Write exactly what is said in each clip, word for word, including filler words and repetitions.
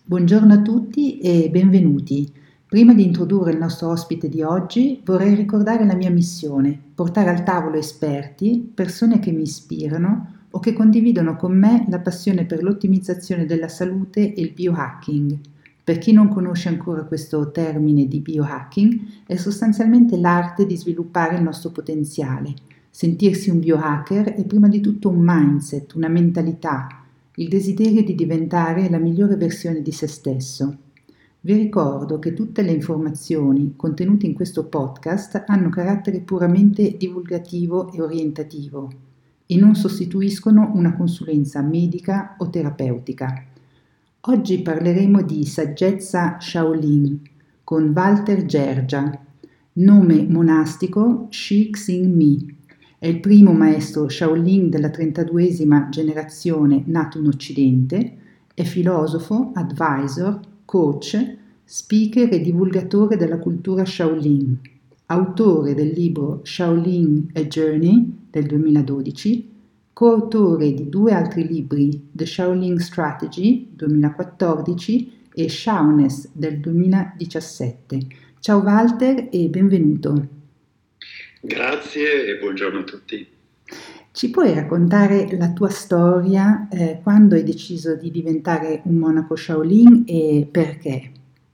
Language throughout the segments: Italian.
Buongiorno a tutti e benvenuti. Prima di introdurre il nostro ospite di oggi, vorrei ricordare la mia missione: portare al tavolo esperti, persone che mi ispirano o che condividono con me la passione per l'ottimizzazione della salute e il biohacking. Per chi non conosce ancora questo termine di biohacking, è sostanzialmente l'arte di sviluppare il nostro potenziale. Sentirsi un biohacker è prima di tutto un mindset, una mentalità, il desiderio di diventare la migliore versione di se stesso. Vi ricordo che tutte le informazioni contenute in questo podcast hanno carattere puramente divulgativo e orientativo e non sostituiscono una consulenza medica o terapeutica. Oggi parleremo di saggezza Shaolin con Walter Gergia, nome monastico Shi Xing Mi. È il primo maestro Shaolin della trentaduesima generazione nato in Occidente, è filosofo, advisor, coach, speaker e divulgatore della cultura Shaolin, autore del libro Shaolin A Journey del duemiladodici, coautore di due altri libri, The Shaolin Strategy duemilaquattordici e Shauness del duemiladiciassette. Ciao Walter e benvenuto. Grazie e buongiorno a tutti. Ci puoi raccontare la tua storia, eh, quando hai deciso di diventare un monaco Shaolin e perché?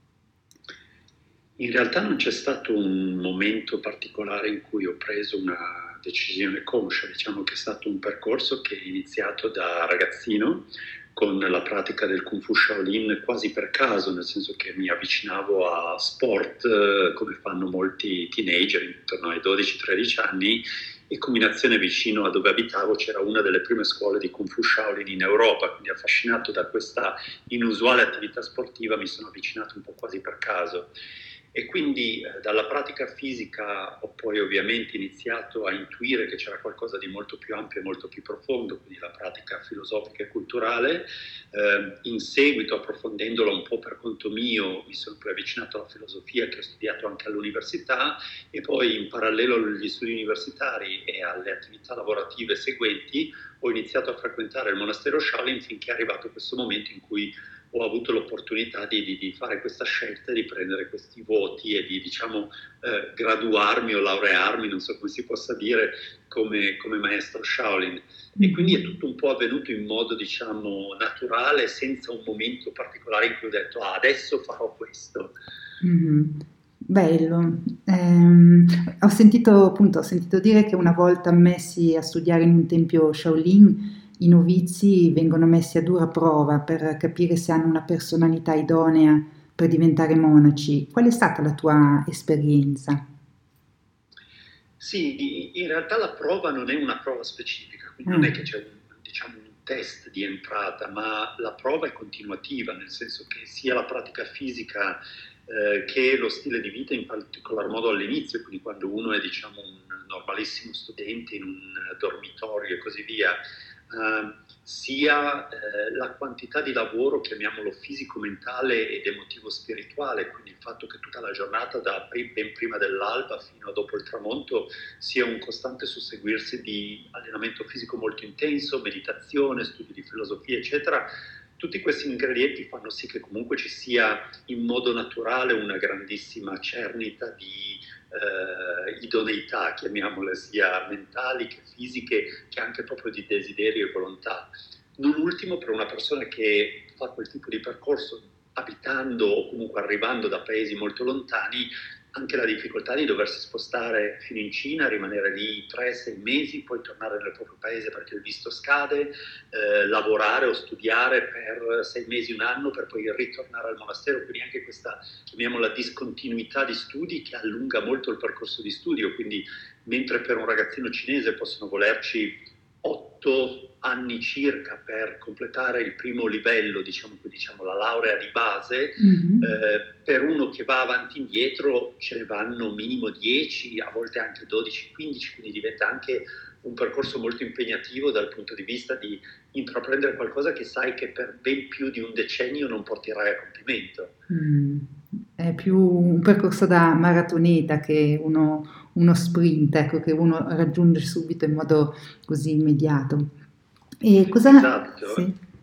In realtà non c'è stato un momento particolare in cui ho preso una decisione conscia, diciamo che è stato un percorso che è iniziato da ragazzino con la pratica del Kung Fu Shaolin quasi per caso, nel senso che mi avvicinavo a sport eh, come fanno molti teenager intorno ai dodici tredici anni, e combinazione vicino a dove abitavo c'era una delle prime scuole di Kung Fu Shaolin in Europa, quindi affascinato da questa inusuale attività sportiva mi sono avvicinato un po' quasi per caso. E quindi eh, dalla pratica fisica ho poi ovviamente iniziato a intuire che c'era qualcosa di molto più ampio e molto più profondo, quindi la pratica filosofica e culturale. Eh, in seguito, approfondendolo un po' per conto mio, mi sono poi avvicinato alla filosofia che ho studiato anche all'università, e poi in parallelo agli studi universitari e alle attività lavorative seguenti ho iniziato a frequentare il monastero Shaolin finché è arrivato questo momento in cui ho avuto l'opportunità di, di, di fare questa scelta, di prendere questi voti e di, diciamo, eh, graduarmi o laurearmi, non so come si possa dire, come, come maestro Shaolin. E quindi è tutto un po' avvenuto in modo, diciamo, naturale, senza un momento particolare in cui ho detto ah, adesso farò questo. Mm-hmm. Bello. Ehm, ho sentito appunto, ho sentito dire che una volta ammessi a studiare in un tempio Shaolin, i novizi vengono messi a dura prova per capire se hanno una personalità idonea per diventare monaci. Qual è stata la tua esperienza? Sì, in realtà la prova non è una prova specifica, quindi non è Mm. che c'è un, diciamo, un test di entrata, ma la prova è continuativa, nel senso che sia la pratica fisica eh, che lo stile di vita, in particolar modo all'inizio, quindi quando uno è, diciamo, un normalissimo studente in un dormitorio e così via, eh, sia eh, la quantità di lavoro, chiamiamolo fisico-mentale ed emotivo-spirituale, quindi il fatto che tutta la giornata, da ben prima dell'alba fino a dopo il tramonto, sia un costante susseguirsi di allenamento fisico molto intenso, meditazione, studi di filosofia, eccetera. Tutti questi ingredienti fanno sì che comunque ci sia in modo naturale una grandissima cernita di eh, idoneità, chiamiamole, sia mentali che fisiche, che anche proprio di desiderio e volontà. Non ultimo, per una persona che fa quel tipo di percorso abitando o comunque arrivando da paesi molto lontani, anche la difficoltà di doversi spostare fino in Cina, rimanere lì tre sei mesi, poi tornare nel proprio paese perché il visto scade, eh, lavorare o studiare per sei mesi, un anno, per poi ritornare al monastero, quindi anche questa, chiamiamola, discontinuità di studi che allunga molto il percorso di studio, quindi mentre per un ragazzino cinese possono volerci otto anni circa per completare il primo livello, diciamo, diciamo la laurea di base, Mhm. eh, per uno che va avanti e indietro ce ne vanno minimo dieci, a volte anche dodici quindici, quindi diventa anche un percorso molto impegnativo dal punto di vista di intraprendere qualcosa che sai che per ben più di un decennio non porterai a compimento. Mm. È più un percorso da maratoneta che uno, uno sprint, ecco, che uno raggiunge subito in modo così immediato. E cosa... Esatto. Sì.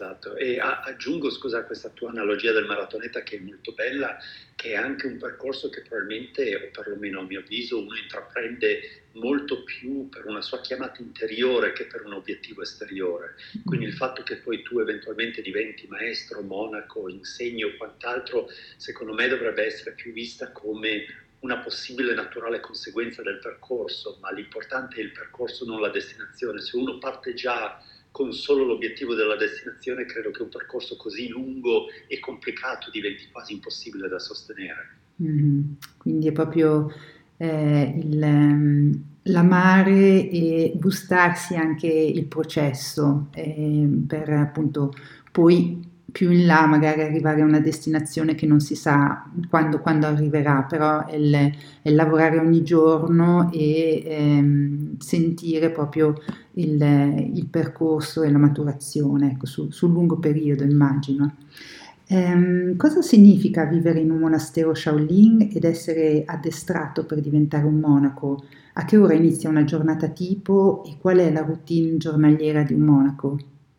Esatto, e a- aggiungo, scusa, a questa tua analogia del maratoneta che è molto bella, che è anche un percorso che probabilmente, o perlomeno a mio avviso, uno intraprende molto più per una sua chiamata interiore che per un obiettivo esteriore. Quindi il fatto che poi tu eventualmente diventi maestro, monaco, insegni o quant'altro, secondo me dovrebbe essere più vista come una possibile naturale conseguenza del percorso, ma l'importante è il percorso, non la destinazione. Se uno parte già con solo l'obiettivo della destinazione, credo che un percorso così lungo e complicato diventi quasi impossibile da sostenere. Mhm. Quindi è proprio eh, il, ehm, l'amare e gustarsi anche il processo eh, per appunto poi più in là magari arrivare a una destinazione che non si sa quando, quando arriverà, però è il, è il lavorare ogni giorno e ehm, sentire proprio il, il percorso e la maturazione, ecco, su- sul lungo periodo, immagino. Ehm, cosa significa vivere in un monastero Shaolin ed essere addestrato per diventare un monaco? A che ora inizia una giornata tipo e qual è la routine giornaliera di un monaco?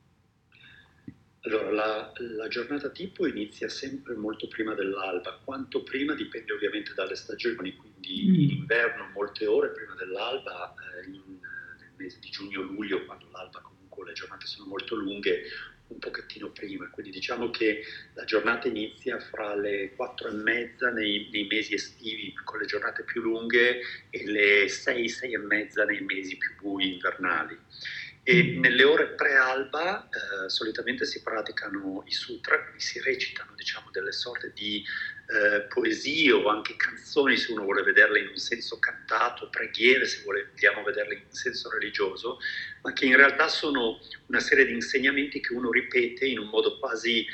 Allora, la, la giornata tipo inizia sempre molto prima dell'alba, quanto prima dipende ovviamente dalle stagioni, quindi in Mm. inverno molte ore prima dell'alba, eh, in, nel mese di giugno-luglio, quando l'alba comunque le giornate sono molto lunghe, un pochettino prima, quindi diciamo che la giornata inizia fra le quattro e mezza nei, nei mesi estivi con le giornate più lunghe e le sei, sei e mezza nei mesi più bui invernali. E nelle ore pre-alba eh, solitamente si praticano i sutra, quindi si recitano diciamo, delle sorte di eh, poesie o anche canzoni se uno vuole vederle in un senso cantato, preghiere se vogliamo vederle in senso religioso, ma che in realtà sono una serie di insegnamenti che uno ripete in un modo quasi,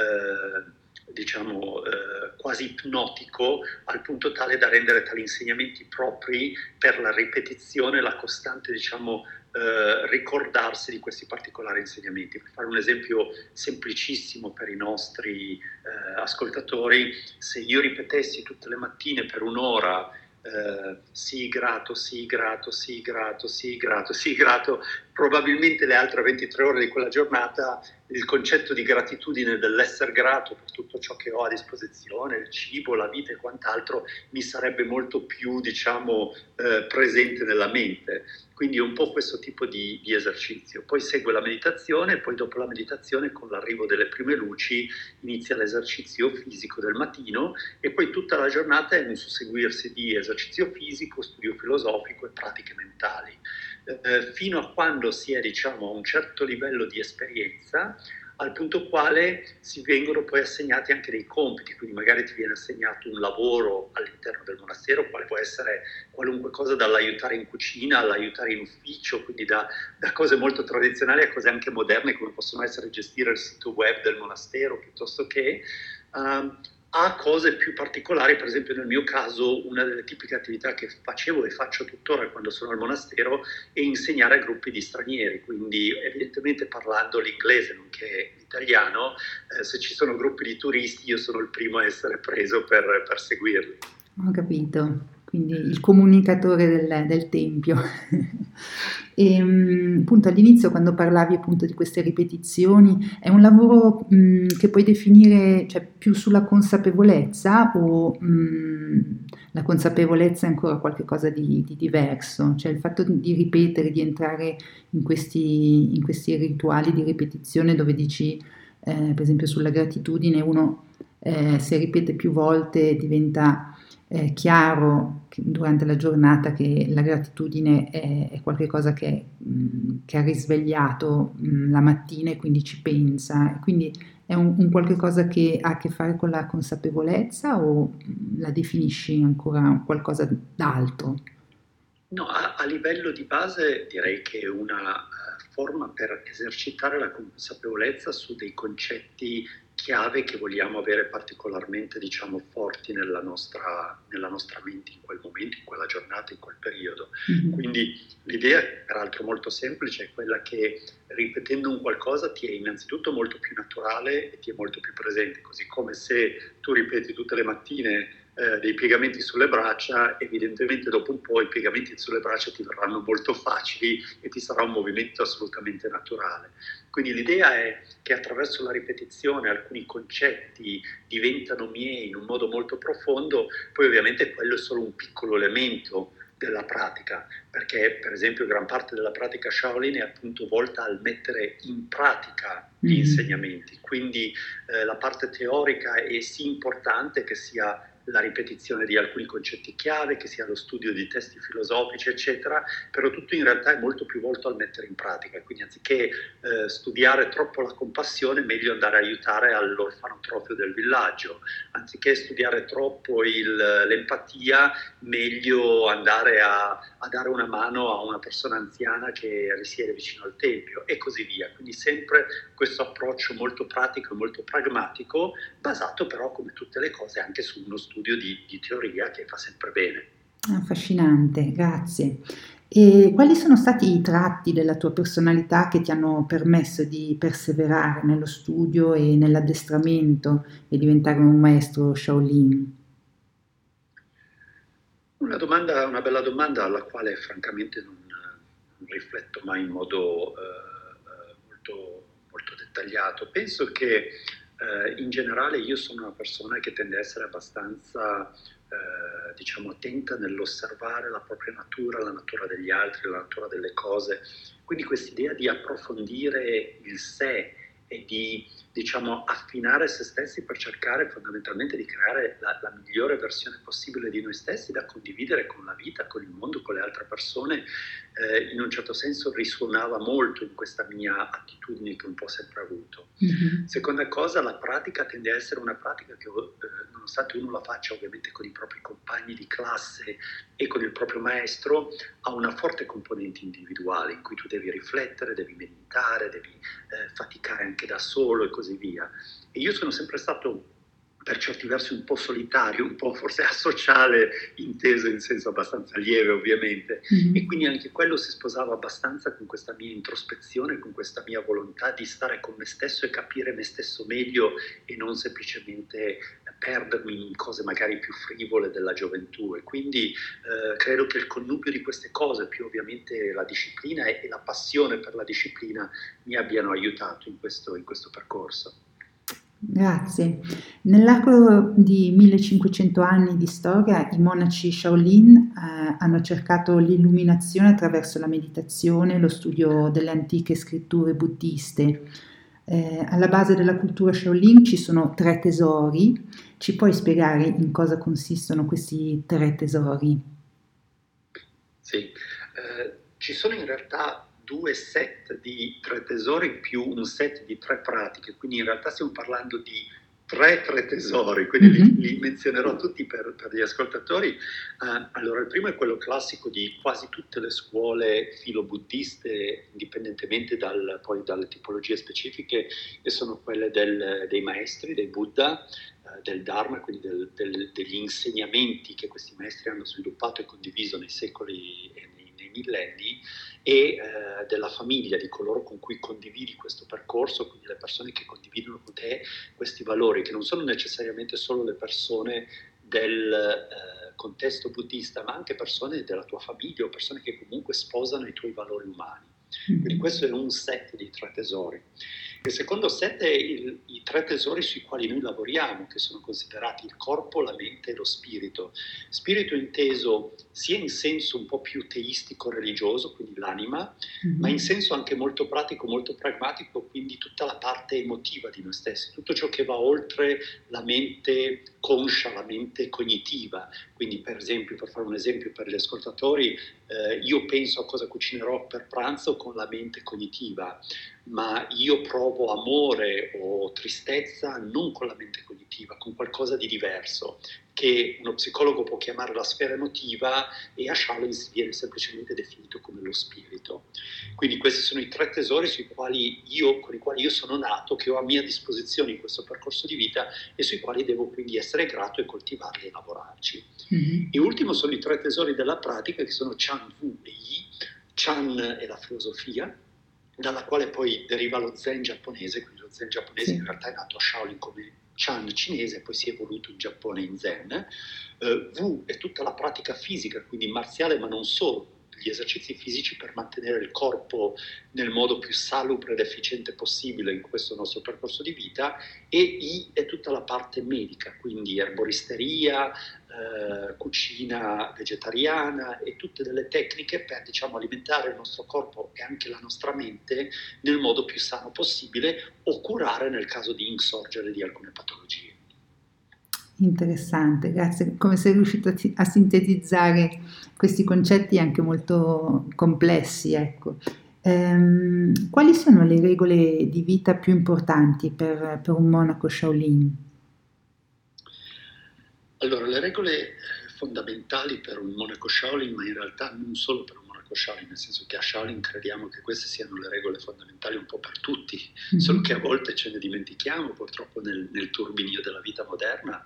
eh, diciamo, eh, quasi ipnotico, al punto tale da rendere tali insegnamenti propri per la ripetizione e la costante, diciamo, eh, ricordarsi di questi particolari insegnamenti. Per fare un esempio semplicissimo per i nostri eh, ascoltatori, se io ripetessi tutte le mattine per un'ora eh, sì, grato, sì, grato, sì, grato, sì, grato, sì, grato, probabilmente le altre ventitré ore di quella giornata il concetto di gratitudine, dell'essere grato per tutto ciò che ho a disposizione, il cibo, la vita e quant'altro, mi sarebbe molto più, diciamo, eh, presente nella mente. Quindi è un po' questo tipo di, di esercizio. Poi segue la meditazione e poi dopo la meditazione, con l'arrivo delle prime luci, inizia l'esercizio fisico del mattino e poi tutta la giornata è un susseguirsi di esercizio fisico, studio filosofico e pratiche mentali. Eh, fino a quando si è, diciamo, a un certo livello di esperienza, al punto quale si vengono poi assegnati anche dei compiti, quindi magari ti viene assegnato un lavoro all'interno del monastero, quale può essere qualunque cosa, dall'aiutare in cucina all'aiutare in ufficio, quindi da, da cose molto tradizionali a cose anche moderne come possono essere gestire il sito web del monastero, piuttosto che uh, a cose più particolari. Per esempio nel mio caso una delle tipiche attività che facevo e faccio tuttora quando sono al monastero è insegnare a gruppi di stranieri, quindi evidentemente parlando l'inglese nonché l'italiano, eh, se ci sono gruppi di turisti io sono il primo a essere preso per, per seguirli. Ho capito, quindi il comunicatore del, del tempio. E mh, appunto all'inizio quando parlavi appunto di queste ripetizioni, è un lavoro mh, che puoi definire, cioè, più sulla consapevolezza o mh, la consapevolezza è ancora qualcosa di, di diverso? Cioè il fatto di ripetere, di entrare in questi, in questi rituali di ripetizione dove dici, eh, per esempio sulla gratitudine, uno eh, se ripete più volte diventa è chiaro che durante la giornata che la gratitudine è, è qualcosa che, mh, che ha risvegliato mh, la mattina e quindi ci pensa, e quindi è un, un qualche cosa che ha a che fare con la consapevolezza o mh, la definisci ancora qualcosa d'altro? No, a, a livello di base direi che è una uh, forma per esercitare la consapevolezza su dei concetti chiave che vogliamo avere particolarmente, diciamo, forti nella nostra, nella nostra mente in quel momento, in quella giornata, in quel periodo. Mhm. Quindi l'idea, peraltro molto semplice, è quella che ripetendo un qualcosa ti è innanzitutto molto più naturale e ti è molto più presente, così come se tu ripeti tutte le mattine eh, dei piegamenti sulle braccia, evidentemente dopo un po' i piegamenti sulle braccia ti verranno molto facili e ti sarà un movimento assolutamente naturale. Quindi l'idea è che attraverso la ripetizione alcuni concetti diventano miei in un modo molto profondo, poi ovviamente quello è solo un piccolo elemento della pratica, perché per esempio gran parte della pratica Shaolin è appunto volta al mettere in pratica gli Mhm. insegnamenti, quindi eh, la parte teorica è sì importante, che sia la ripetizione di alcuni concetti chiave, che sia lo studio di testi filosofici, eccetera, però tutto in realtà è molto più volto al mettere in pratica, quindi anziché eh, studiare troppo la compassione, meglio andare a aiutare all'orfanotrofio del villaggio, anziché studiare troppo il, l'empatia, meglio andare a, a dare una mano a una persona anziana che risiede vicino al tempio e così via. Quindi sempre questo approccio molto pratico e molto pragmatico, basato però come tutte le cose anche su uno studio di, di teoria che fa sempre bene. Affascinante, grazie. E quali sono stati i tratti della tua personalità che ti hanno permesso di perseverare nello studio e nell'addestramento e diventare un maestro Shaolin? Una domanda, una bella domanda alla quale francamente non, non rifletto mai in modo eh, eh, molto, molto dettagliato. Penso che eh, in generale io sono una persona che tende a essere abbastanza eh, diciamo attenta nell'osservare la propria natura, la natura degli altri, la natura delle cose. Quindi quest'idea di approfondire il sé e di diciamo, affinare se stessi per cercare fondamentalmente di creare la, la migliore versione possibile di noi stessi da condividere con la vita, con il mondo, con le altre persone, eh, in un certo senso risuonava molto in questa mia attitudine che un po' sempre avuto. Mhm. Seconda cosa, la pratica tende a essere una pratica che, eh, nonostante uno la faccia ovviamente con i propri compagni di classe e con il proprio maestro, ha una forte componente individuale in cui tu devi riflettere, devi meditare, devi eh, faticare anche da solo e così via. E io sono sempre stato per certi versi un po' solitario, un po' forse asociale, inteso in senso abbastanza lieve ovviamente, Mhm. e quindi anche quello si sposava abbastanza con questa mia introspezione, con questa mia volontà di stare con me stesso e capire me stesso meglio e non semplicemente perdermi in cose magari più frivole della gioventù. E quindi eh, credo che il connubio di queste cose, più ovviamente la disciplina e, e la passione per la disciplina, mi abbiano aiutato in questo, in questo percorso. Grazie. Nell'arco di millecinquecento anni di storia, i monaci Shaolin eh, hanno cercato l'illuminazione attraverso la meditazione e lo studio delle antiche scritture buddiste. Eh, alla base della cultura Shaolin ci sono tre tesori. Ci puoi spiegare in cosa consistono questi tre tesori? Sì, eh, ci sono in realtà due set di tre tesori più un set di tre pratiche, quindi in realtà stiamo parlando di tre tre tesori, quindi li, Mhm. li menzionerò tutti per, per gli ascoltatori. Uh, allora, il primo è quello classico di quasi tutte le scuole filo-buddiste, indipendentemente dal, poi dalle tipologie specifiche, e sono quelle del, dei maestri, dei Buddha, uh, del Dharma, quindi del, del, degli insegnamenti che questi maestri hanno sviluppato e condiviso nei secoli e nei, nei millenni, e eh, della famiglia, di coloro con cui condividi questo percorso, quindi le persone che condividono con te questi valori, che non sono necessariamente solo le persone del eh, contesto buddista, ma anche persone della tua famiglia o persone che comunque sposano i tuoi valori umani. Quindi questo è un set di tre tesori. Il secondo set è il, i tre tesori sui quali noi lavoriamo, che sono considerati il corpo, la mente e lo spirito. Spirito inteso sia in senso un po' più teistico-religioso, quindi l'anima, Mhm. ma in senso anche molto pratico, molto pragmatico, quindi tutta la parte emotiva di noi stessi, tutto ciò che va oltre la mente conscia, la mente cognitiva. Quindi per esempio, per fare un esempio per gli ascoltatori, eh, io penso a cosa cucinerò per pranzo con la mente cognitiva, ma io provo amore o tristezza non con la mente cognitiva, con qualcosa di diverso, che uno psicologo può chiamare la sfera emotiva e a Shaolin viene semplicemente definito come lo spirito. Quindi questi sono i tre tesori sui quali io, con i quali io sono nato, che ho a mia disposizione in questo percorso di vita e sui quali devo quindi essere grato e coltivarli e lavorarci. Mhm. E ultimo sono i tre tesori della pratica, che sono Chan, Wu e Yi. Chan è la filosofia, dalla quale poi deriva lo Zen giapponese, quindi lo Zen giapponese Sì. in realtà è nato a Shaolin come Chan cinese, poi si è evoluto in Giappone in Zen. Eh, Wu è tutta la pratica fisica, quindi marziale, ma non solo, gli esercizi fisici per mantenere il corpo nel modo più salubre ed efficiente possibile in questo nostro percorso di vita, e I è tutta la parte medica, quindi erboristeria, eh, cucina vegetariana e tutte delle tecniche per, diciamo, alimentare il nostro corpo e anche la nostra mente nel modo più sano possibile, o curare nel caso di insorgere di alcune patologie. Interessante, grazie. Come sei riuscito a, ti- a sintetizzare questi concetti anche molto complessi, ecco. Ehm, quali sono le regole di vita più importanti per, per un monaco Shaolin? Allora, le regole fondamentali per un monaco Shaolin, ma in realtà non solo per un monaco Shaolin, nel senso che a Shaolin crediamo che queste siano le regole fondamentali un po' per tutti, solo che a Mhm. volte ce ne dimentichiamo purtroppo nel, nel turbinio della vita moderna,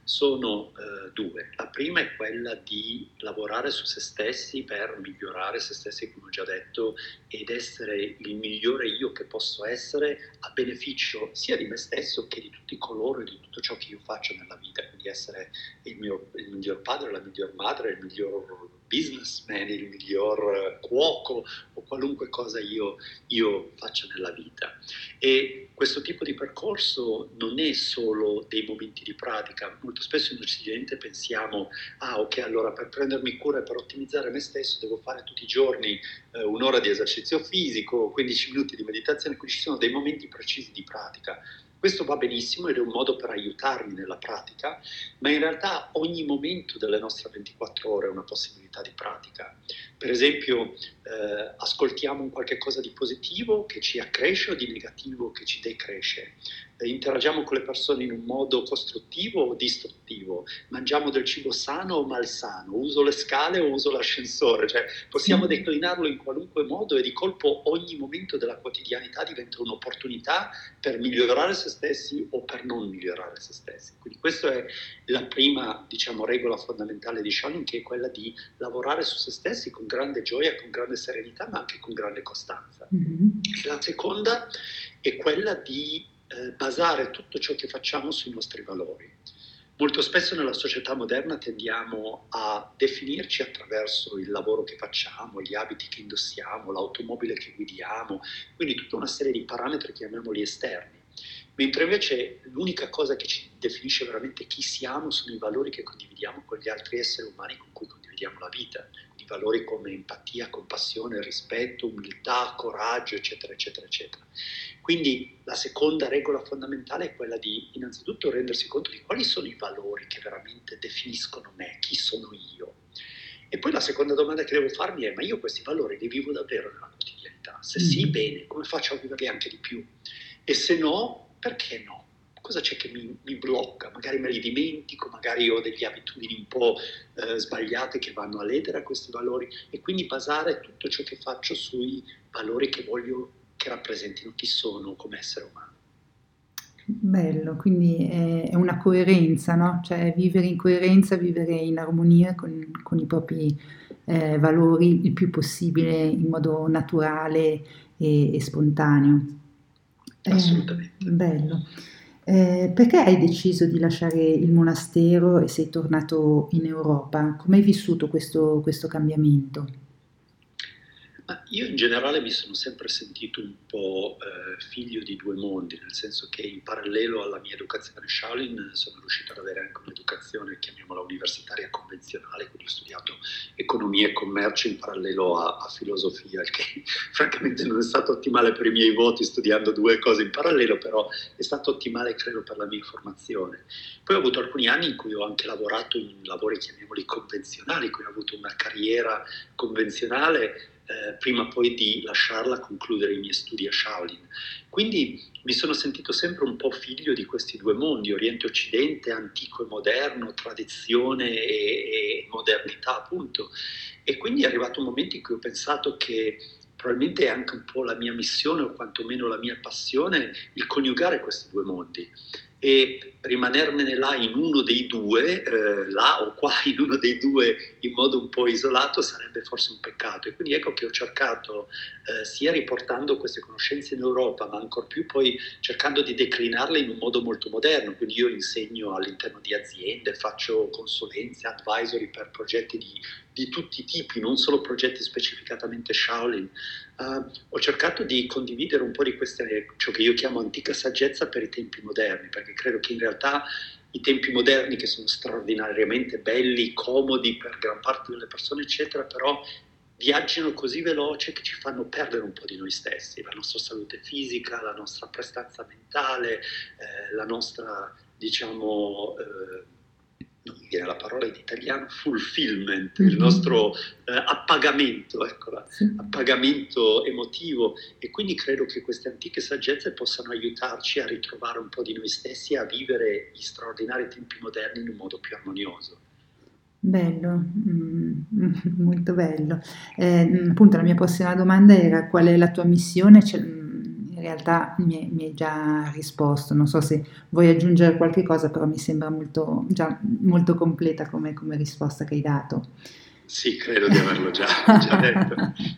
sono eh, due. La prima è quella di lavorare su se stessi per migliorare se stessi, come ho già detto, ed essere il migliore io che posso essere, a beneficio sia di me stesso che di tutti coloro e di tutto ciò che io faccio nella vita, quindi essere il, mio, il miglior padre, la miglior madre, il miglior businessman, il miglior eh, cuoco o qualunque cosa io, io faccia nella vita. E questo tipo di percorso non è solo dei momenti di pratica. Molto spesso in Occidente pensiamo, ah ok, allora per prendermi cura e per ottimizzare me stesso devo fare tutti i giorni eh, un'ora di esercizio fisico, quindici minuti di meditazione, quindi ci sono dei momenti precisi di pratica. Questo va benissimo ed è un modo per aiutarmi nella pratica, ma in realtà ogni momento delle nostre ventiquattro ore è una possibilità di pratica. Per esempio, eh, ascoltiamo un qualche cosa di positivo che ci accresce o di negativo che ci decresce. Eh, interagiamo con le persone in un modo costruttivo o distruttivo. Mangiamo del cibo sano o malsano. Uso le scale o uso l'ascensore. Cioè, possiamo Sì. declinarlo in qualunque modo e di colpo ogni momento della quotidianità diventa un'opportunità per migliorare se stessi o per non migliorare se stessi. Quindi questa è la prima, diciamo, regola fondamentale di Shaolin, che è quella di lavorare su se stessi con grande gioia, con grande serenità, ma anche con grande costanza. Mhm. E la seconda è quella di eh, basare tutto ciò che facciamo sui nostri valori. Molto spesso nella società moderna tendiamo a definirci attraverso il lavoro che facciamo, gli abiti che indossiamo, l'automobile che guidiamo, quindi tutta una serie di parametri, chiamiamoli esterni. Mentre invece l'unica cosa che ci definisce veramente chi siamo sono i valori che condividiamo con gli altri esseri umani con cui condividiamo la vita, di valori come empatia, compassione, rispetto, umiltà, coraggio, eccetera, eccetera, eccetera. Quindi la seconda regola fondamentale è quella di innanzitutto rendersi conto di quali sono i valori che veramente definiscono me, chi sono io. E poi la seconda domanda che devo farmi è: ma io questi valori li vivo davvero nella quotidianità? Se sì, Mhm. bene, come faccio a viverli anche di più? E se no, perché no? Cosa c'è che mi, mi blocca? Magari me li dimentico, magari ho delle abitudini un po' eh, sbagliate che vanno a ledere a questi valori, e quindi basare tutto ciò che faccio sui valori che voglio che rappresentino chi sono come essere umano. Bello, quindi è, è una coerenza, no? Cioè vivere in coerenza, vivere in armonia con, con i propri eh, valori il più possibile in modo naturale e, e spontaneo. Eh, Assolutamente. bello. Eh, perché hai deciso di lasciare il monastero e sei tornato in Europa? Come hai vissuto questo, questo cambiamento? Ma io in generale mi sono sempre sentito un po' eh, figlio di due mondi, nel senso che in parallelo alla mia educazione Shaolin sono riuscito ad avere anche un'educazione, chiamiamola universitaria convenzionale, quindi ho studiato economia e commercio in parallelo a, a filosofia, il che francamente non è stato ottimale per i miei voti studiando due cose in parallelo, però è stato ottimale credo per la mia formazione. Poi ho avuto alcuni anni in cui ho anche lavorato in lavori, chiamiamoli convenzionali, in cui ho avuto una carriera convenzionale, eh, prima poi di lasciarla, concludere i miei studi a Shaolin. Quindi mi sono sentito sempre un po' figlio di questi due mondi, Oriente e Occidente, antico e moderno, tradizione e, e modernità appunto. E quindi è arrivato un momento in cui ho pensato che probabilmente è anche un po' la mia missione o quantomeno la mia passione il coniugare questi due mondi. e rimanermene là in uno dei due, eh, là o qua in uno dei due in modo un po' isolato sarebbe forse un peccato. E quindi ecco che ho cercato, eh, sia riportando queste conoscenze in Europa, ma ancor più poi cercando di declinarle in un modo molto moderno. Quindi io insegno all'interno di aziende, faccio consulenze, advisory per progetti di, di tutti i tipi, non solo progetti specificatamente Shaolin. Uh, ho cercato di condividere un po' di queste, ciò che io chiamo antica saggezza per i tempi moderni, perché credo che in realtà i tempi moderni, che sono straordinariamente belli, comodi per gran parte delle persone, eccetera, però viaggiano così veloce che ci fanno perdere un po' di noi stessi, la nostra salute fisica, la nostra prestanza mentale, eh, la nostra, diciamo, eh, non mi viene la parola in italiano, fulfillment, mm-hmm. il nostro eh, appagamento, eccola, sì. appagamento emotivo, e quindi credo che queste antiche saggezze possano aiutarci a ritrovare un po' di noi stessi e a vivere gli straordinari tempi moderni in un modo più armonioso. Bello, mm, molto bello. Eh, appunto la mia prossima domanda era: qual è la tua missione? Cioè, in realtà mi, mi hai già risposto, non so se vuoi aggiungere qualche cosa, però mi sembra molto, già molto completa come, come risposta che hai dato. Sì, credo di averlo già, già detto.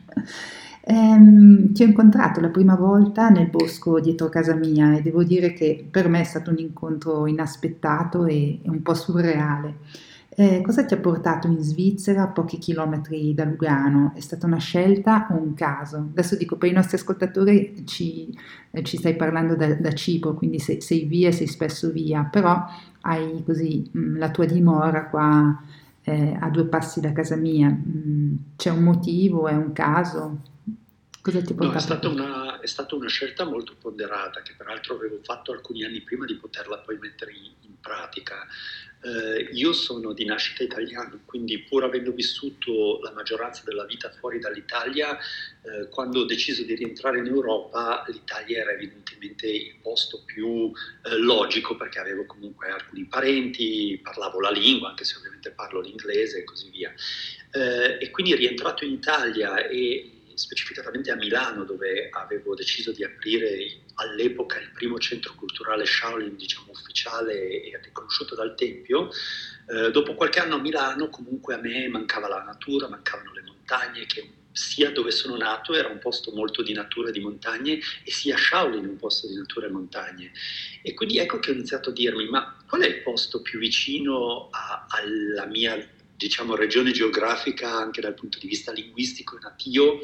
Ehm, ti ho incontrato la prima volta nel bosco dietro casa mia e devo dire che per me è stato un incontro inaspettato e, e un po' surreale. Eh, cosa ti ha portato in Svizzera a pochi chilometri da Lugano? È stata una scelta o un caso? Adesso dico, per i nostri ascoltatori ci, eh, ci stai parlando da, da Cipro, quindi sei, sei via, sei spesso via, però hai così mh, la tua dimora qua eh, a due passi da casa mia. Mh, c'è un motivo, è un caso? Cosa ti ha No, è portato stata, qui? una, è stata una scelta molto ponderata, che peraltro avevo fatto alcuni anni prima di poterla poi mettere in, in pratica. Eh, io sono di nascita italiano, quindi pur avendo vissuto la maggioranza della vita fuori dall'Italia, eh, quando ho deciso di rientrare in Europa, l'Italia era evidentemente il posto più eh, logico, perché avevo comunque alcuni parenti, parlavo la lingua, anche se ovviamente parlo l'inglese e così via. Eh, e quindi rientrato in Italia e specificatamente a Milano, dove avevo deciso di aprire all'epoca il primo centro culturale Shaolin, diciamo ufficiale e riconosciuto dal Tempio, eh, dopo qualche anno a Milano comunque a me mancava la natura, mancavano le montagne, che sia dove sono nato era un posto molto di natura e di montagne, e sia Shaolin un posto di natura e montagne. E quindi ecco che ho iniziato a dirmi: ma qual è il posto più vicino a, alla mia, diciamo, regione geografica, anche dal punto di vista linguistico e natio,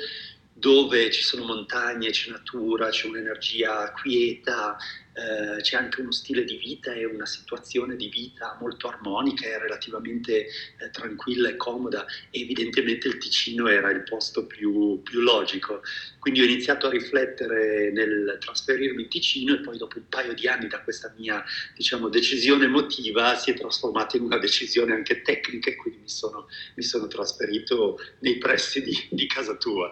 dove ci sono montagne, c'è natura, c'è un'energia quieta, eh, c'è anche uno stile di vita e una situazione di vita molto armonica e relativamente eh, tranquilla e comoda, e evidentemente il Ticino era il posto più, più logico. Quindi ho iniziato a riflettere nel trasferirmi in Ticino, e poi dopo un paio di anni da questa mia, diciamo, decisione emotiva si è trasformata in una decisione anche tecnica, e quindi mi sono, mi sono trasferito nei pressi di, di casa tua.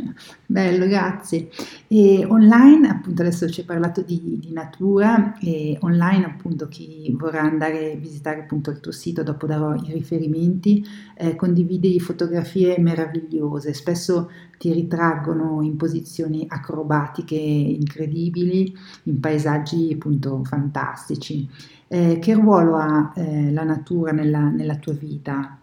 Bello, grazie. E online, appunto, adesso ci hai parlato di, di natura, e online, appunto, chi vorrà andare a visitare appunto il tuo sito, dopo darò i riferimenti, eh, condividi fotografie meravigliose, spesso ti ritraggono in posizioni acrobatiche incredibili, in paesaggi appunto fantastici. Eh, che ruolo ha eh, la natura nella, nella tua vita?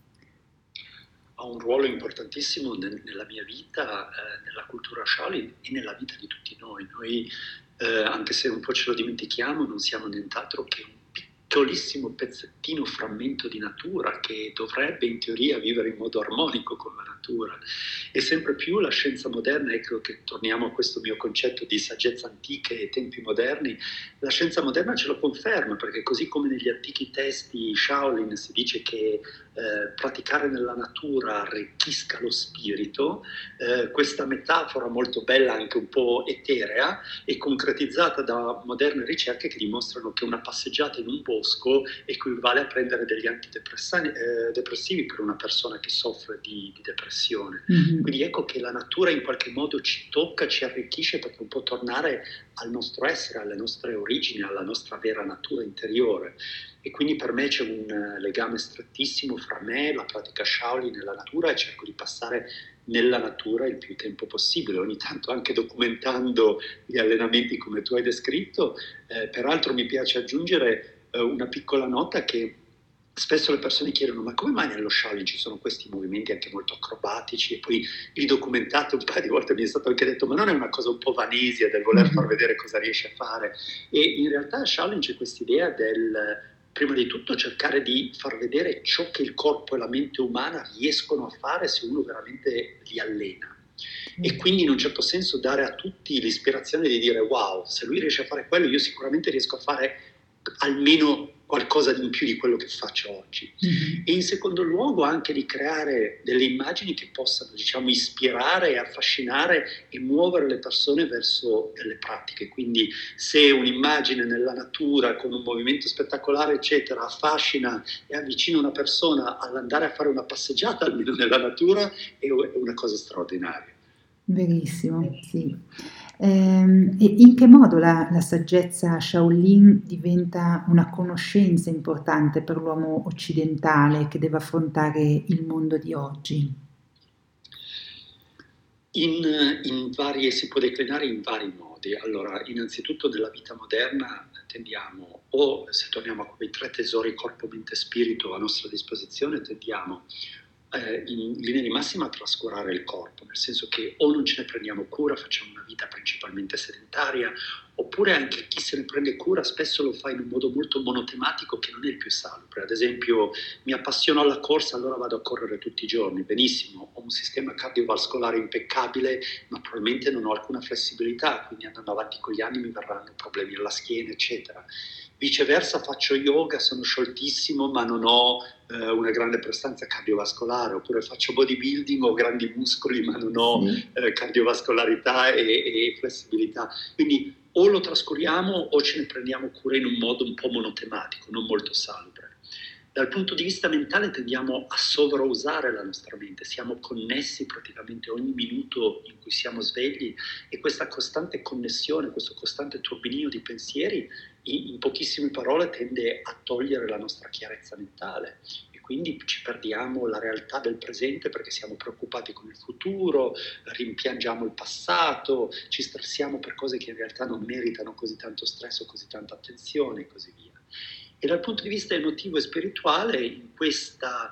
Ha un ruolo importantissimo nel, nella mia vita, eh, nella cultura Shaolin e nella vita di tutti noi. Noi, eh, anche se un po' ce lo dimentichiamo, non siamo nient'altro che un piccolissimo pezzettino, frammento di natura, che dovrebbe in teoria vivere in modo armonico con la natura. E sempre più la scienza moderna, ecco che torniamo a questo mio concetto di saggezza antica e tempi moderni, la scienza moderna ce lo conferma, perché così come negli antichi testi Shaolin si dice che Eh, praticare nella natura arricchisca lo spirito, eh, questa metafora molto bella, anche un po' eterea, è concretizzata da moderne ricerche che dimostrano che una passeggiata in un bosco bosco equivale a prendere degli antidepressivi eh, per una persona che soffre di, di depressione. Mm-hmm. Quindi ecco che la natura in qualche modo ci tocca, ci arricchisce, perché può tornare al nostro essere, alle nostre origini, alla nostra vera natura interiore. E quindi per me c'è un legame strettissimo fra me, la pratica Shaolin e la natura, e cerco di passare nella natura il più tempo possibile, ogni tanto anche documentando gli allenamenti come tu hai descritto. Eh, peraltro mi piace aggiungere eh, una piccola nota che spesso le persone chiedono: ma come mai nello Shaolin ci sono questi movimenti anche molto acrobatici? E poi li documentate un paio di volte, mi è stato anche detto: ma non è una cosa un po' vanesia del voler far vedere cosa riesce a fare? E in realtà a Shaolin c'è quest'idea del, prima di tutto, cercare di far vedere ciò che il corpo e la mente umana riescono a fare se uno veramente li allena. E quindi in un certo senso dare a tutti l'ispirazione di dire: wow, se lui riesce a fare quello, io sicuramente riesco a fare almeno qualcosa di in più di quello che faccio oggi. Mm-hmm. E in secondo luogo anche di creare delle immagini che possano, diciamo, ispirare, affascinare e muovere le persone verso delle pratiche. Quindi se un'immagine nella natura con un movimento spettacolare eccetera affascina e avvicina una persona all'andare a fare una passeggiata almeno nella natura, è una cosa straordinaria. Verissimo, sì. Ehm, e in che modo la, la saggezza Shaolin diventa una conoscenza importante per l'uomo occidentale che deve affrontare il mondo di oggi? In, in varie, si può declinare in vari modi. Allora, innanzitutto nella vita moderna tendiamo, o se torniamo a quei tre tesori corpo, mente e spirito a nostra disposizione, tendiamo Eh, in linea di massima a trascurare il corpo, nel senso che o non ce ne prendiamo cura, facciamo una vita principalmente sedentaria, oppure anche chi se ne prende cura spesso lo fa in un modo molto monotematico che non è il più salubre. Ad esempio, mi appassiono alla corsa, allora vado a correre tutti i giorni, benissimo, ho un sistema cardiovascolare impeccabile, ma probabilmente non ho alcuna flessibilità, quindi andando avanti con gli anni mi verranno problemi alla schiena, eccetera. Viceversa, faccio yoga, sono scioltissimo, ma non ho eh, una grande prestanza cardiovascolare, oppure faccio bodybuilding, ho grandi muscoli, ma non ho sì. eh, cardiovascolarità e, e flessibilità. Quindi o lo trascuriamo o ce ne prendiamo cura in un modo un po' monotematico, non molto salubre. Dal punto di vista mentale tendiamo a sovrausare la nostra mente, siamo connessi praticamente ogni minuto in cui siamo svegli, e questa costante connessione, questo costante turbinio di pensieri, in, in pochissime parole, tende a togliere la nostra chiarezza mentale. E quindi ci perdiamo la realtà del presente perché siamo preoccupati con il futuro, rimpiangiamo il passato, ci stressiamo per cose che in realtà non meritano così tanto stress o così tanta attenzione e così via. E dal punto di vista emotivo e spirituale, in questa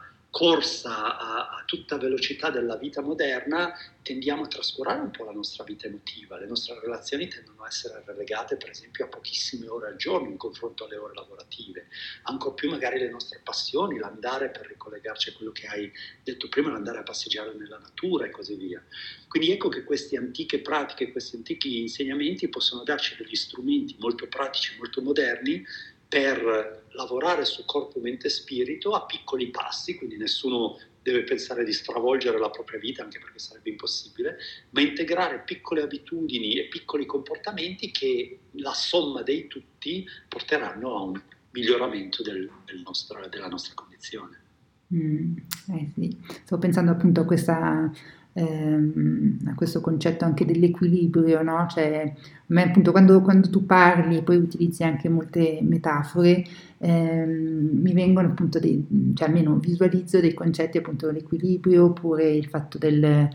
corsa a, a tutta velocità della vita moderna, tendiamo a trascurare un po' la nostra vita emotiva. Le nostre relazioni tendono a essere relegate, per esempio, a pochissime ore al giorno in confronto alle ore lavorative. Ancor più magari le nostre passioni, l'andare, per ricollegarci a quello che hai detto prima, l'andare a passeggiare nella natura e così via. Quindi ecco che queste antiche pratiche, questi antichi insegnamenti possono darci degli strumenti molto pratici, molto moderni, per lavorare su corpo, mente e spirito a piccoli passi, quindi nessuno deve pensare di stravolgere la propria vita, anche perché sarebbe impossibile, ma integrare piccole abitudini e piccoli comportamenti che la somma dei tutti porteranno a un miglioramento del, del nostro, della nostra condizione. Mm, eh sì. Sto pensando appunto a questa ehm, a questo concetto anche dell'equilibrio, no? Cioè, a me appunto quando, quando tu parli e poi utilizzi anche molte metafore, ehm, mi vengono appunto dei, cioè almeno visualizzo dei concetti appunto dell'equilibrio, oppure il fatto del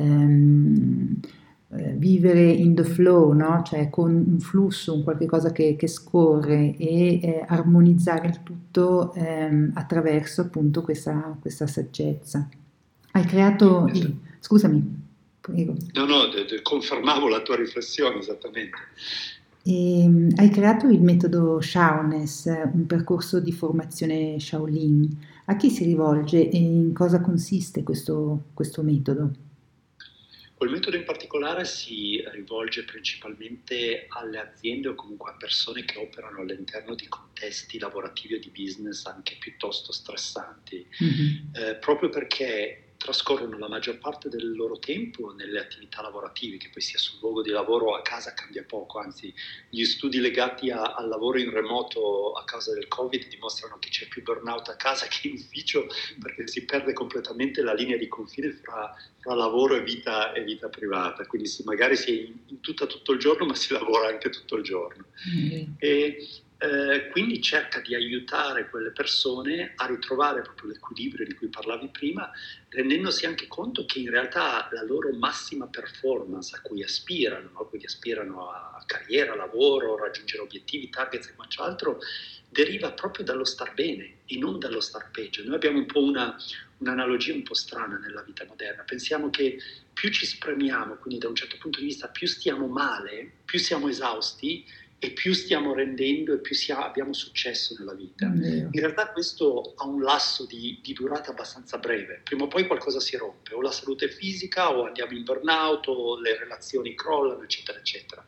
ehm, eh, vivere in the flow, no? Cioè con un flusso, un qualche cosa che, che scorre, e eh, armonizzare il tutto ehm, attraverso appunto questa, questa saggezza. Hai creato il... Scusami, prego. No, no, de- de- confermavo la tua riflessione, esattamente. E, hai creato il metodo Shaolness, un percorso di formazione Shaolin. A chi si rivolge e in cosa consiste questo, questo metodo? Quel metodo in particolare si rivolge principalmente alle aziende o comunque a persone che operano all'interno di contesti lavorativi o di business anche piuttosto stressanti, mm-hmm. eh, proprio perché trascorrono la maggior parte del loro tempo nelle attività lavorative, che poi sia sul luogo di lavoro o a casa cambia poco, anzi gli studi legati a, al lavoro in remoto a causa del Covid dimostrano che c'è più burnout a casa che in ufficio, perché si perde completamente la linea di confine fra, fra lavoro e vita, e vita privata, quindi sì, magari si è in, in tutta tutto il giorno ma si lavora anche tutto il giorno. Mm. E, Eh, quindi cerca di aiutare quelle persone a ritrovare proprio l'equilibrio di cui parlavi prima, rendendosi anche conto che in realtà la loro massima performance a cui aspirano, no? Quindi aspirano a carriera, lavoro, raggiungere obiettivi, target e quant'altro, deriva proprio dallo star bene e non dallo star peggio. Noi abbiamo un po' una, un'analogia un po' strana nella vita moderna, pensiamo che più ci spremiamo, quindi da un certo punto di vista più stiamo male, più siamo esausti, e più stiamo rendendo e più sia, abbiamo successo nella vita. Mm. In realtà questo ha un lasso di, di durata abbastanza breve, prima o poi qualcosa si rompe, o la salute fisica, o andiamo in burnout, o le relazioni crollano, eccetera, eccetera.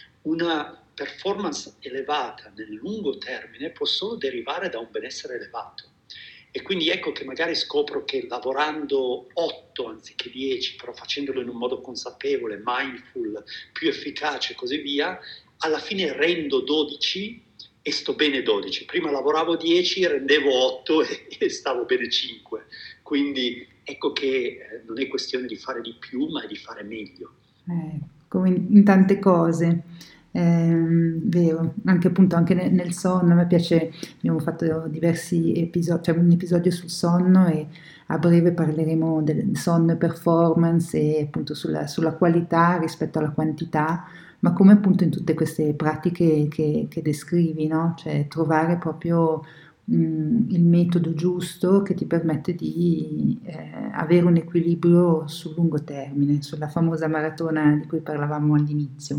Una performance elevata nel lungo termine può solo derivare da un benessere elevato. E quindi ecco che magari scopro che lavorando otto anziché dieci, però facendolo in un modo consapevole, mindful, più efficace e così via, alla fine rendo dodici e sto bene dodici. Prima lavoravo dieci, rendevo otto e, e stavo bene cinque. Quindi ecco che eh, non è questione di fare di più, ma è di fare meglio. Eh, come in, in tante cose. Eh, vero, anche appunto anche nel, nel sonno, a me piace, abbiamo fatto diversi episodi, cioè un episodio sul sonno e a breve parleremo del sonno e performance e appunto sulla, sulla qualità rispetto alla quantità, ma come appunto in tutte queste pratiche che, che descrivi, no? Cioè trovare proprio mh, il metodo giusto che ti permette di eh, avere un equilibrio sul lungo termine, sulla famosa maratona di cui parlavamo all'inizio.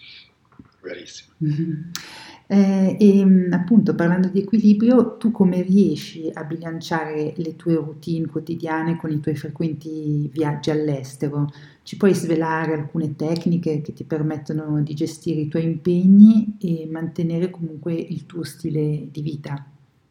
Verissimo. Mm-hmm. Eh, e appunto parlando di equilibrio, tu come riesci a bilanciare le tue routine quotidiane con i tuoi frequenti viaggi all'estero? Ci puoi svelare alcune tecniche che ti permettono di gestire i tuoi impegni e mantenere comunque il tuo stile di vita?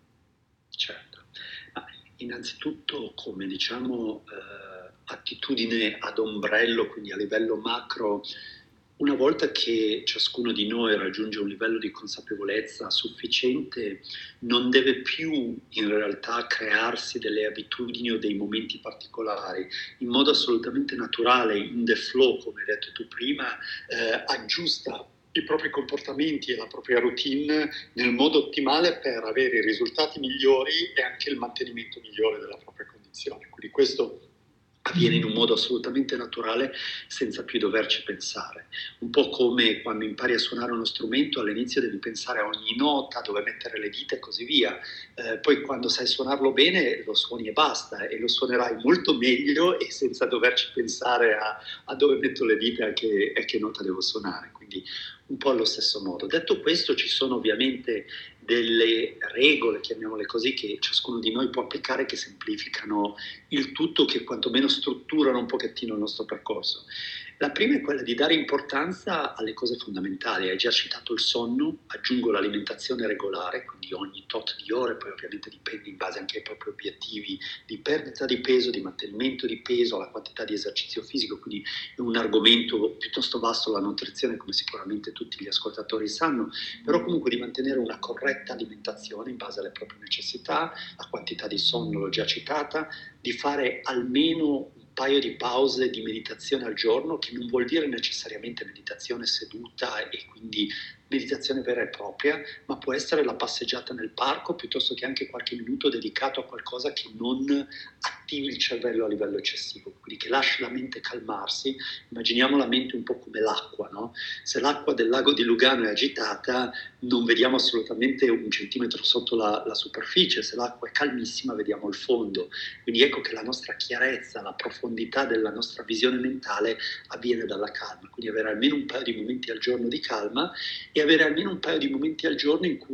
Certo, ma innanzitutto come diciamo eh, attitudine ad ombrello, quindi a livello macro, una volta che ciascuno di noi raggiunge un livello di consapevolezza sufficiente, non deve più in realtà crearsi delle abitudini o dei momenti particolari. In modo assolutamente naturale, in the flow, come hai detto tu prima, eh, aggiusta i propri comportamenti e la propria routine nel modo ottimale per avere i risultati migliori e anche il mantenimento migliore della propria condizione. Quindi questo avviene in un modo assolutamente naturale senza più doverci pensare. Un po' come quando impari a suonare uno strumento, all'inizio devi pensare a ogni nota, dove mettere le dita e così via. Eh, poi quando sai suonarlo bene lo suoni e basta, e lo suonerai molto meglio e senza doverci pensare a, a dove metto le dita e a che, a che nota devo suonare. Quindi un po' allo stesso modo. Detto questo, ci sono ovviamente delle regole, chiamiamole così, che ciascuno di noi può applicare, che semplificano il tutto, che quantomeno strutturano un pochettino il nostro percorso. La prima è quella di dare importanza alle cose fondamentali. Hai già citato il sonno, aggiungo l'alimentazione regolare, quindi ogni tot di ore, poi ovviamente dipende in base anche ai propri obiettivi di perdita di peso, di mantenimento di peso, la quantità di esercizio fisico, quindi è un argomento piuttosto vasto la nutrizione, come sicuramente tutti gli ascoltatori sanno, però comunque di mantenere una corretta alimentazione in base alle proprie necessità, la quantità di sonno l'ho già citata, di fare almeno un paio di pause di meditazione al giorno, che non vuol dire necessariamente meditazione seduta e quindi meditazione vera e propria, ma può essere la passeggiata nel parco piuttosto che anche qualche minuto dedicato a qualcosa che non attivi il cervello a livello eccessivo, quindi che lasci la mente calmarsi. Immaginiamo la mente un po' come l'acqua, no? Se l'acqua del lago di Lugano è agitata non vediamo assolutamente un centimetro sotto la, la superficie, se l'acqua è calmissima vediamo il fondo. Quindi ecco che la nostra chiarezza, la profondità della nostra visione mentale avviene dalla calma, quindi avere almeno un paio di momenti al giorno di calma e avere almeno un paio di momenti al giorno in cui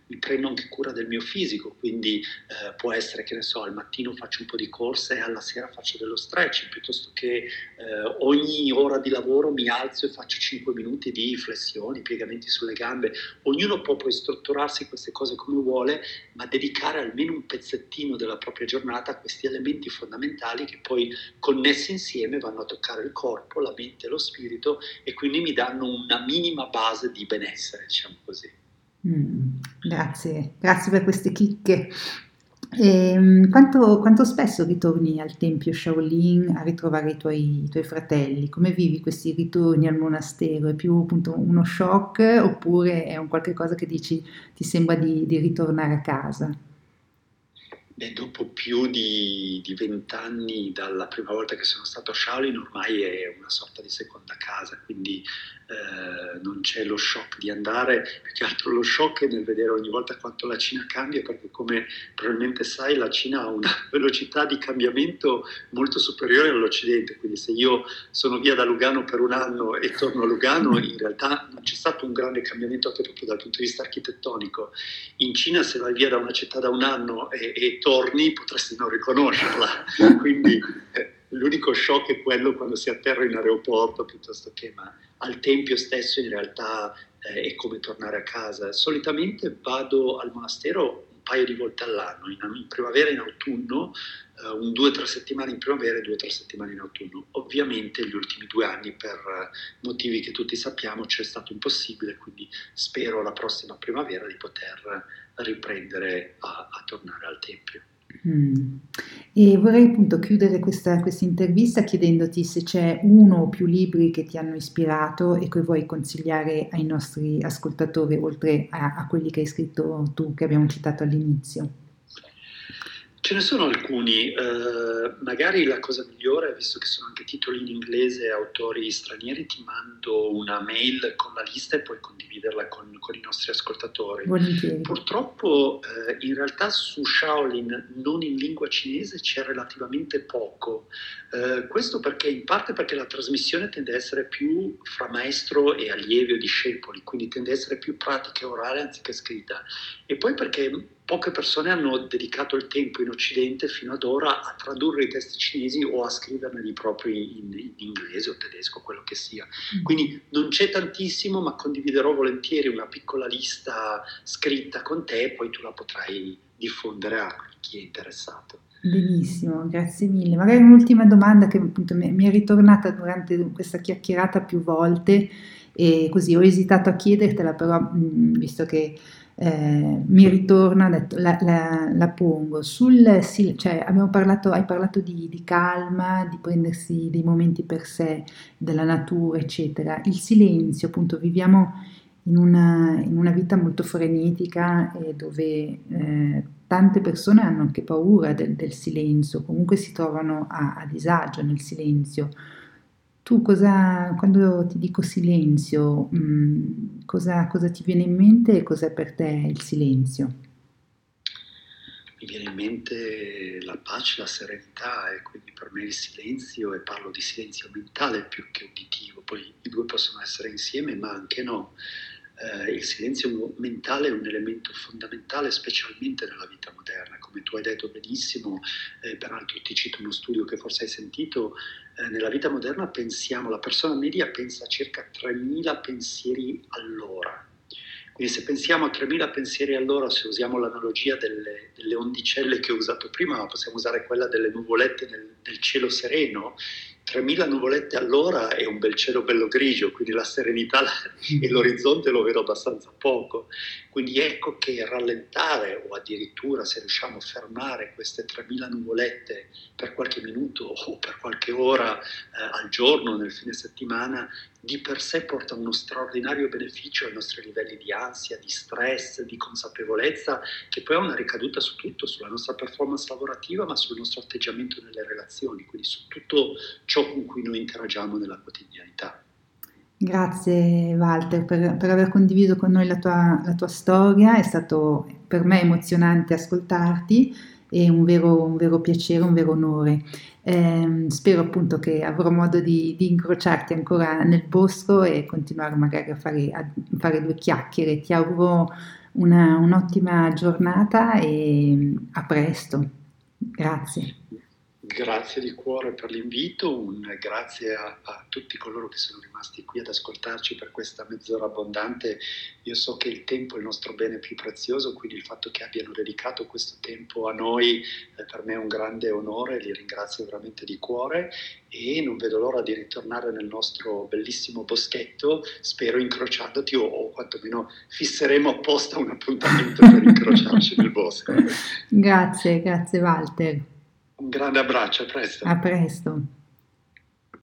mi prendo anche cura del mio fisico, quindi eh, può essere che ne so, al mattino faccio un po' di corsa e alla sera faccio dello stretching, piuttosto che eh, ogni ora di lavoro mi alzo e faccio cinque minuti di flessioni, piegamenti sulle gambe. Ognuno può poi strutturarsi queste cose come vuole, ma dedicare almeno un pezzettino della propria giornata a questi elementi fondamentali che poi connessi insieme vanno a toccare il corpo, la mente e lo spirito, e quindi mi danno una minima base di benessere, diciamo così. Mm, grazie, grazie per queste chicche. Ehm, quanto, quanto spesso ritorni al tempio Shaolin a ritrovare i tuoi, i tuoi fratelli? Come vivi questi ritorni al monastero? È più appunto uno shock oppure è un qualche cosa che dici ti sembra di, di ritornare a casa? Beh, dopo più di vent'anni dalla prima volta che sono stato a Shaolin, ormai è una sorta di seconda casa, quindi eh, non c'è lo shock di andare, più che altro lo shock è nel vedere ogni volta quanto la Cina cambia, perché come probabilmente sai la Cina ha una velocità di cambiamento molto superiore all'Occidente, quindi se io sono via da Lugano per un anno e torno a Lugano, in realtà non c'è stato un grande cambiamento anche proprio dal punto di vista architettonico. In Cina se vai via da una città da un anno e, e torni potresti non riconoscerla, quindi eh, l'unico shock è quello quando si atterra in aeroporto piuttosto che, ma al tempio stesso in realtà eh, è come tornare a casa. Solitamente vado al monastero un paio di volte all'anno, in, in primavera e in autunno, eh, un due o tre settimane in primavera e due o tre settimane in autunno. Ovviamente gli ultimi due anni per eh, motivi che tutti sappiamo c'è stato impossibile, quindi spero la prossima primavera di poter riprendere a, a tornare al tempio. Mm. E vorrei appunto chiudere questa, questa intervista chiedendoti se c'è uno o più libri che ti hanno ispirato e che vuoi consigliare ai nostri ascoltatori, oltre a, a quelli che hai scritto tu, che abbiamo citato all'inizio. Ce ne sono alcuni, eh, magari la cosa migliore, visto che sono anche titoli in inglese e autori stranieri, ti mando una mail con la lista e puoi condividerla con, con i nostri ascoltatori. Volentieri. Purtroppo eh, in realtà su Shaolin non in lingua cinese c'è relativamente poco, eh, questo perché in parte perché la trasmissione tende a essere più fra maestro e allievi o discepoli, quindi tende a essere più pratica e orale anziché scritta, e poi perché poche persone hanno dedicato il tempo in Occidente fino ad ora a tradurre i testi cinesi o a scriverne propri in, in inglese o tedesco, quello che sia. Quindi non c'è tantissimo, ma condividerò volentieri una piccola lista scritta con te e poi tu la potrai diffondere a chi è interessato. Benissimo, grazie mille. Magari un'ultima domanda che appunto mi mi è ritornata durante questa chiacchierata più volte e così ho esitato a chiedertela, però mh, visto che eh, mi ritorna, ho detto, la, la- la pongo. Sul, sil- cioè, abbiamo parlato, hai parlato di, di calma, di prendersi dei momenti per sé, della natura, eccetera. Il silenzio, appunto, viviamo in una, in una vita molto frenetica e dove eh, tante persone hanno anche paura del, del silenzio, comunque si trovano a, a disagio nel silenzio. Tu cosa, quando ti dico silenzio, mh, cosa, cosa ti viene in mente e cos'è per te il silenzio? Mi viene in mente la pace, la serenità, e quindi per me il silenzio, e parlo di silenzio mentale più che uditivo, poi i due possono essere insieme ma anche no. Eh, il silenzio mentale è un elemento fondamentale specialmente nella vita moderna, come tu hai detto benissimo, eh, peraltro ti cito uno studio che forse hai sentito, eh, nella vita moderna pensiamo, la persona media pensa a circa tremila pensieri all'ora. Quindi se pensiamo a tremila pensieri all'ora, se usiamo l'analogia delle, delle ondicelle che ho usato prima, ma possiamo usare quella delle nuvolette nel, nel cielo sereno, tremila nuvolette all'ora è un bel cielo bello grigio, quindi la serenità e l'orizzonte lo vedo abbastanza poco. Quindi ecco che rallentare o addirittura se riusciamo a fermare queste tremila nuvolette per qualche minuto o per qualche ora eh, al giorno, nel fine settimana, di per sé porta uno straordinario beneficio ai nostri livelli di ansia, di stress, di consapevolezza, che poi ha una ricaduta su tutto, sulla nostra performance lavorativa, ma sul nostro atteggiamento nelle relazioni, quindi su tutto ciò con cui noi interagiamo nella quotidianità. Grazie Walter per, per aver condiviso con noi la tua, la tua storia, è stato per me emozionante ascoltarti e un vero, un vero piacere, un vero onore. Ehm, spero appunto che avrò modo di, di incrociarti ancora nel bosco e continuare magari a fare, a fare due chiacchiere. Ti auguro Una, un'ottima giornata e a presto. Grazie. Grazie di cuore per l'invito, un grazie a, a tutti coloro che sono rimasti qui ad ascoltarci per questa mezz'ora abbondante. Io so che il tempo è il nostro bene più prezioso, quindi il fatto che abbiano dedicato questo tempo a noi eh, per me è un grande onore, li ringrazio veramente di cuore e non vedo l'ora di ritornare nel nostro bellissimo boschetto, spero incrociandoti o, o quantomeno fisseremo apposta un appuntamento per incrociarci nel bosco. Grazie, grazie Walter. Un grande abbraccio, a presto. A presto.